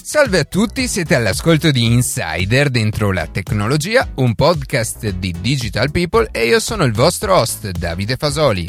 Salve a tutti, siete all'ascolto di Insider dentro la tecnologia, un podcast di Digital People e io sono il vostro host Davide Fasoli.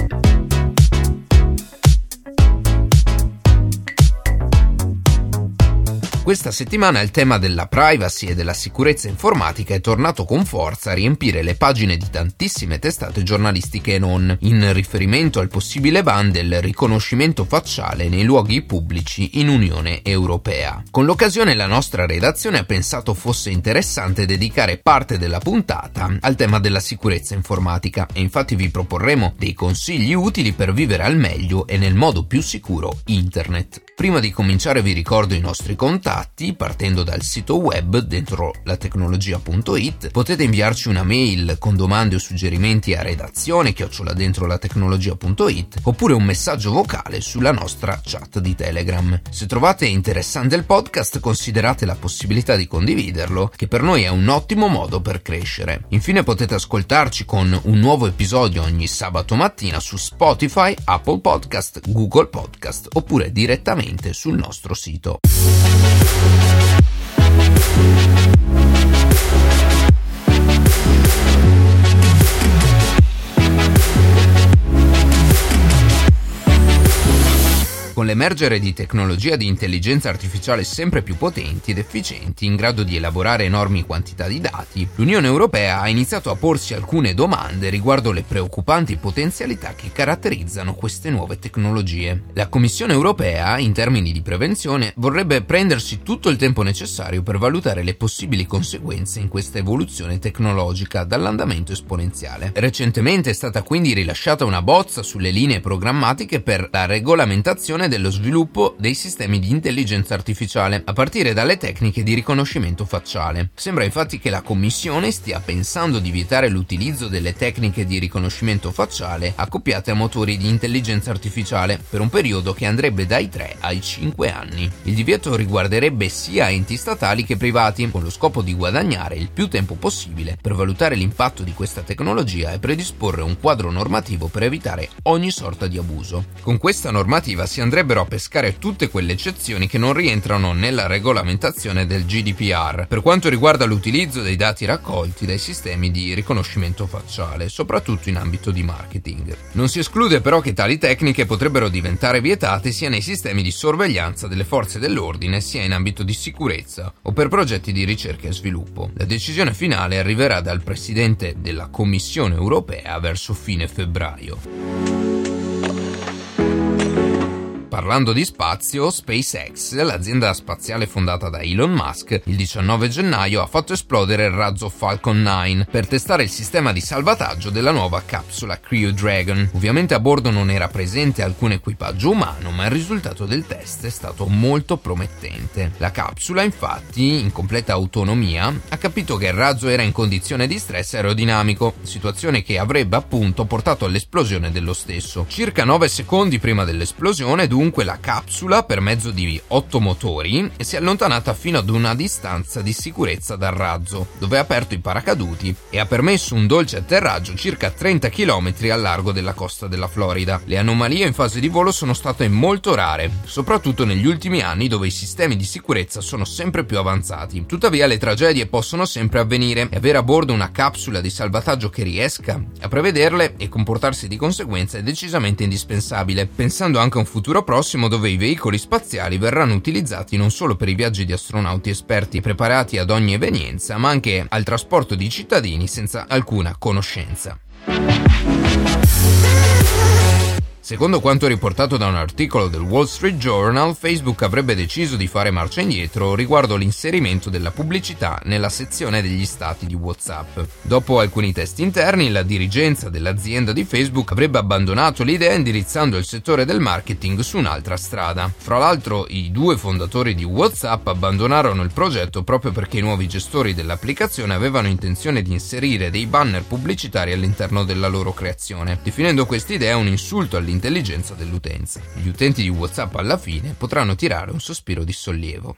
Questa settimana il tema della privacy e della sicurezza informatica è tornato con forza a riempire le pagine di tantissime testate giornalistiche e non, in riferimento al possibile ban del riconoscimento facciale nei luoghi pubblici in Unione Europea. Con l'occasione la nostra redazione ha pensato fosse interessante dedicare parte della puntata al tema della sicurezza informatica e infatti vi proporremo dei consigli utili per vivere al meglio e nel modo più sicuro Internet. Prima di cominciare vi ricordo i nostri contatti. Partendo dal sito web dentrolatecnologia.it potete inviarci una mail con domande o suggerimenti a redazione@dentrolatecnologia.it oppure un messaggio vocale sulla nostra chat di Telegram. Se trovate interessante il podcast considerate la possibilità di condividerlo, che per noi è un ottimo modo per crescere. Infine potete ascoltarci con un nuovo episodio ogni sabato mattina su Spotify, Apple Podcast, Google Podcast oppure direttamente sul nostro sito. Con l'emergere di tecnologie di intelligenza artificiale sempre più potenti ed efficienti, in grado di elaborare enormi quantità di dati, l'Unione Europea ha iniziato a porsi alcune domande riguardo le preoccupanti potenzialità che caratterizzano queste nuove tecnologie. La Commissione Europea, in termini di prevenzione, vorrebbe prendersi tutto il tempo necessario per valutare le possibili conseguenze in questa evoluzione tecnologica dall'andamento esponenziale. Recentemente è stata quindi rilasciata una bozza sulle linee programmatiche per la regolamentazione dello sviluppo dei sistemi di intelligenza artificiale, a partire dalle tecniche di riconoscimento facciale. Sembra infatti che la Commissione stia pensando di vietare l'utilizzo delle tecniche di riconoscimento facciale accoppiate a motori di intelligenza artificiale per un periodo che andrebbe dai 3 ai 5 anni. Il divieto riguarderebbe sia enti statali che privati, con lo scopo di guadagnare il più tempo possibile per valutare l'impatto di questa tecnologia e predisporre un quadro normativo per evitare ogni sorta di abuso. Con questa normativa si andrebbero a pescare tutte quelle eccezioni che non rientrano nella regolamentazione del GDPR per quanto riguarda l'utilizzo dei dati raccolti dai sistemi di riconoscimento facciale, soprattutto in ambito di marketing. Non si esclude però che tali tecniche potrebbero diventare vietate sia nei sistemi di sorveglianza delle forze dell'ordine sia in ambito di sicurezza o per progetti di ricerca e sviluppo. La decisione finale arriverà dal Presidente della Commissione Europea verso fine febbraio. Parlando di spazio, SpaceX, l'azienda spaziale fondata da Elon Musk, il 19 gennaio ha fatto esplodere il razzo Falcon 9 per testare il sistema di salvataggio della nuova capsula Crew Dragon. Ovviamente a bordo non era presente alcun equipaggio umano, ma il risultato del test è stato molto promettente. La capsula, infatti, in completa autonomia, ha capito che il razzo era in condizione di stress aerodinamico, situazione che avrebbe appunto portato all'esplosione dello stesso. Circa 9 secondi prima dell'esplosione, dunque la capsula, per mezzo di 8 motori, si è allontanata fino ad una distanza di sicurezza dal razzo, dove ha aperto i paracaduti e ha permesso un dolce atterraggio circa 30 km al largo della costa della Florida. Le anomalie in fase di volo sono state molto rare, soprattutto negli ultimi anni dove i sistemi di sicurezza sono sempre più avanzati. Tuttavia le tragedie possono sempre avvenire e avere a bordo una capsula di salvataggio che riesca a prevederle e comportarsi di conseguenza è decisamente indispensabile, pensando anche a un futuro prossimo dove i veicoli spaziali verranno utilizzati non solo per i viaggi di astronauti esperti e preparati ad ogni evenienza, ma anche al trasporto di cittadini senza alcuna conoscenza. Secondo quanto riportato da un articolo del Wall Street Journal, Facebook avrebbe deciso di fare marcia indietro riguardo l'inserimento della pubblicità nella sezione degli stati di WhatsApp. Dopo alcuni test interni, la dirigenza dell'azienda di Facebook avrebbe abbandonato l'idea indirizzando il settore del marketing su un'altra strada. Fra l'altro, i due fondatori di WhatsApp abbandonarono il progetto proprio perché i nuovi gestori dell'applicazione avevano intenzione di inserire dei banner pubblicitari all'interno della loro creazione, definendo quest'idea un insulto all'interno dell'intelligenza dell'utenza. Gli utenti di WhatsApp alla fine potranno tirare un sospiro di sollievo.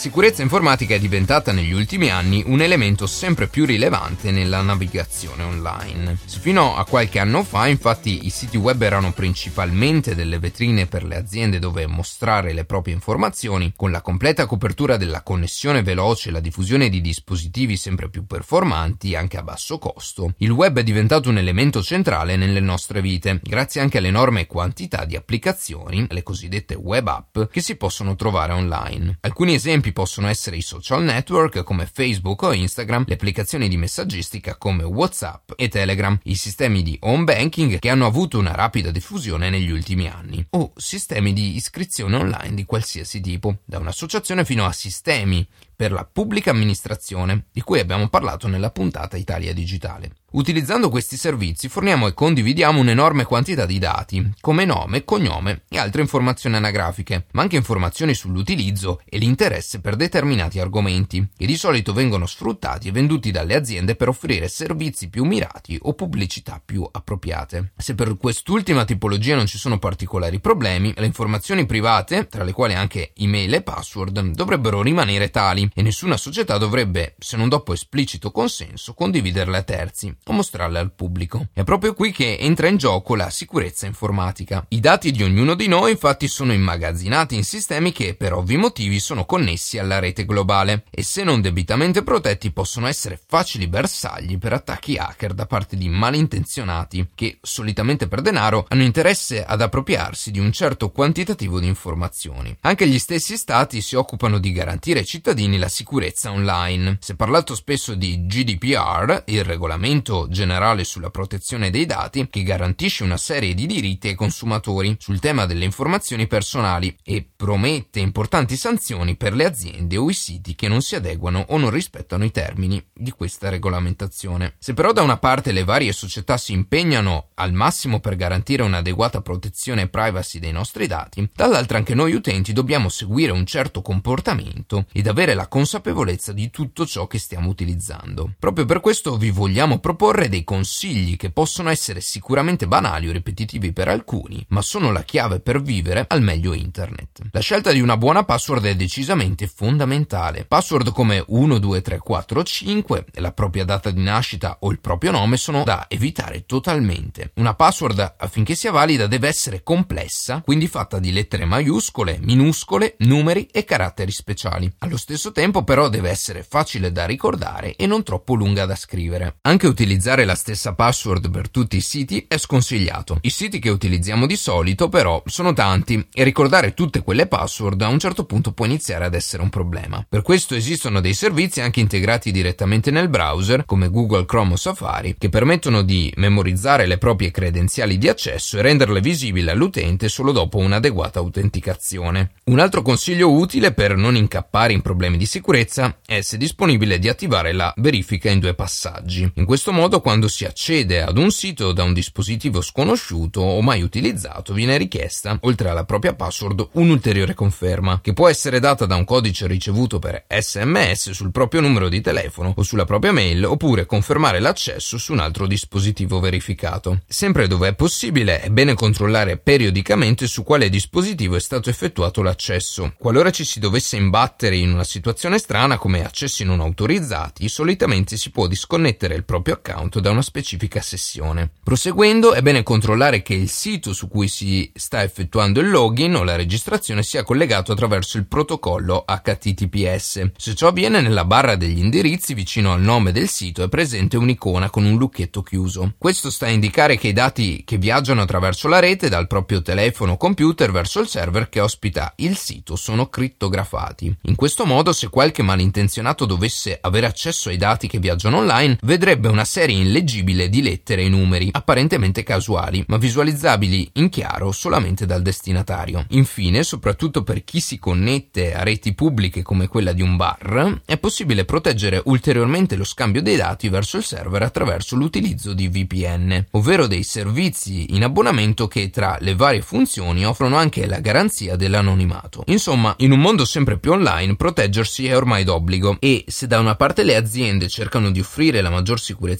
sicurezza informatica è diventata negli ultimi anni un elemento sempre più rilevante nella navigazione online. Se fino a qualche anno fa, infatti, i siti web erano principalmente delle vetrine per le aziende dove mostrare le proprie informazioni, con la completa copertura della connessione veloce e la diffusione di dispositivi sempre più performanti anche a basso costo, il web è diventato un elemento centrale nelle nostre vite, grazie anche all'enorme quantità di applicazioni, le cosiddette web app, che si possono trovare online. Alcuni esempi possono essere i social network come Facebook o Instagram, le applicazioni di messaggistica come WhatsApp e Telegram, i sistemi di home banking che hanno avuto una rapida diffusione negli ultimi anni, o sistemi di iscrizione online di qualsiasi tipo, da un'associazione fino a sistemi per la pubblica amministrazione, di cui abbiamo parlato nella puntata Italia Digitale. Utilizzando questi servizi forniamo e condividiamo un'enorme quantità di dati, come nome, cognome e altre informazioni anagrafiche, ma anche informazioni sull'utilizzo e l'interesse per determinati argomenti, che di solito vengono sfruttati e venduti dalle aziende per offrire servizi più mirati o pubblicità più appropriate. Se per quest'ultima tipologia non ci sono particolari problemi, le informazioni private, tra le quali anche email e password, dovrebbero rimanere tali e nessuna società dovrebbe, se non dopo esplicito consenso, condividerle a terzi o mostrarle al pubblico. È proprio qui che entra in gioco la sicurezza informatica. I dati di ognuno di noi infatti sono immagazzinati in sistemi che per ovvi motivi sono connessi alla rete globale e se non debitamente protetti possono essere facili bersagli per attacchi hacker da parte di malintenzionati che, solitamente per denaro, hanno interesse ad appropriarsi di un certo quantitativo di informazioni. Anche gli stessi stati si occupano di garantire ai cittadini la sicurezza online. Si è parlato spesso di GDPR, il regolamento generale sulla protezione dei dati, che garantisce una serie di diritti ai consumatori sul tema delle informazioni personali e promette importanti sanzioni per le aziende o i siti che non si adeguano o non rispettano i termini di questa regolamentazione. Se però da una parte le varie società si impegnano al massimo per garantire un'adeguata protezione e privacy dei nostri dati, dall'altra anche noi utenti dobbiamo seguire un certo comportamento ed avere la consapevolezza di tutto ciò che stiamo utilizzando. Proprio per questo vi vogliamo proporre dei consigli che possono essere sicuramente banali o ripetitivi per alcuni, ma sono la chiave per vivere al meglio internet. La scelta di una buona password è decisamente fondamentale. Password come 1, 2, 3, 4, 5, la propria data di nascita o il proprio nome sono da evitare totalmente. Una password, affinché sia valida, deve essere complessa, quindi fatta di lettere maiuscole, minuscole, numeri e caratteri speciali. Allo stesso tempo però deve essere facile da ricordare e non troppo lunga da scrivere. Anche utilizzare la stessa password per tutti i siti è sconsigliato. I siti che utilizziamo di solito però sono tanti e ricordare tutte quelle password a un certo punto può iniziare ad essere un problema. Per questo esistono dei servizi anche integrati direttamente nel browser come Google Chrome o Safari che permettono di memorizzare le proprie credenziali di accesso e renderle visibili all'utente solo dopo un'adeguata autenticazione. Un altro consiglio utile per non incappare in problemi di sicurezza è, se disponibile, di attivare la verifica in 2 passaggi. In questo modo, quando si accede ad un sito da un dispositivo sconosciuto o mai utilizzato, viene richiesta, oltre alla propria password, un'ulteriore conferma, che può essere data da un codice ricevuto per SMS sul proprio numero di telefono o sulla propria mail, oppure confermare l'accesso su un altro dispositivo verificato. Sempre dove è possibile, è bene controllare periodicamente su quale dispositivo è stato effettuato l'accesso. Qualora ci si dovesse imbattere in una situazione strana come accessi non autorizzati, solitamente si può disconnettere il proprio account da una specifica sessione. Proseguendo, è bene controllare che il sito su cui si sta effettuando il login o la registrazione sia collegato attraverso il protocollo HTTPS. Se ciò avviene, nella barra degli indirizzi vicino al nome del sito è presente un'icona con un lucchetto chiuso. Questo sta a indicare che i dati che viaggiano attraverso la rete dal proprio telefono o computer verso il server che ospita il sito sono crittografati. In questo modo, se qualche malintenzionato dovesse avere accesso ai dati che viaggiano online, vedrebbe una serie illeggibile di lettere e numeri, apparentemente casuali, ma visualizzabili in chiaro solamente dal destinatario. Infine, soprattutto per chi si connette a reti pubbliche come quella di un bar, è possibile proteggere ulteriormente lo scambio dei dati verso il server attraverso l'utilizzo di VPN, ovvero dei servizi in abbonamento che, tra le varie funzioni, offrono anche la garanzia dell'anonimato. Insomma, in un mondo sempre più online, proteggersi è ormai d'obbligo e, se da una parte le aziende cercano di offrire la maggior sicurezza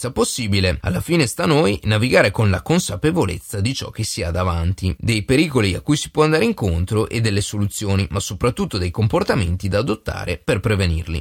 sicurezza possibile, alla fine sta a noi navigare con la consapevolezza di ciò che si ha davanti, dei pericoli a cui si può andare incontro e delle soluzioni, ma soprattutto dei comportamenti da adottare per prevenirli.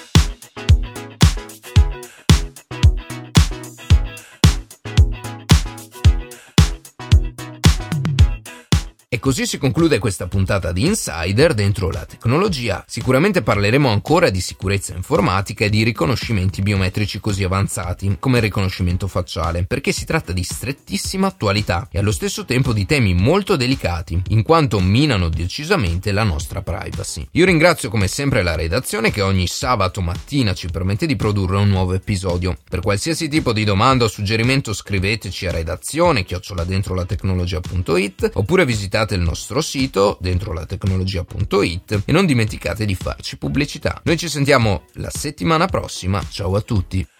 E così si conclude questa puntata di Insider dentro la tecnologia. Sicuramente parleremo ancora di sicurezza informatica e di riconoscimenti biometrici così avanzati, come il riconoscimento facciale, perché si tratta di strettissima attualità e allo stesso tempo di temi molto delicati, in quanto minano decisamente la nostra privacy. Io ringrazio come sempre la redazione che ogni sabato mattina ci permette di produrre un nuovo episodio. Per qualsiasi tipo di domanda o suggerimento scriveteci a redazione@dentrolatecnologia.it oppure visitate il nostro sito dentrolatecnologia.it e non dimenticate di farci pubblicità. Noi ci sentiamo la settimana prossima, ciao a tutti!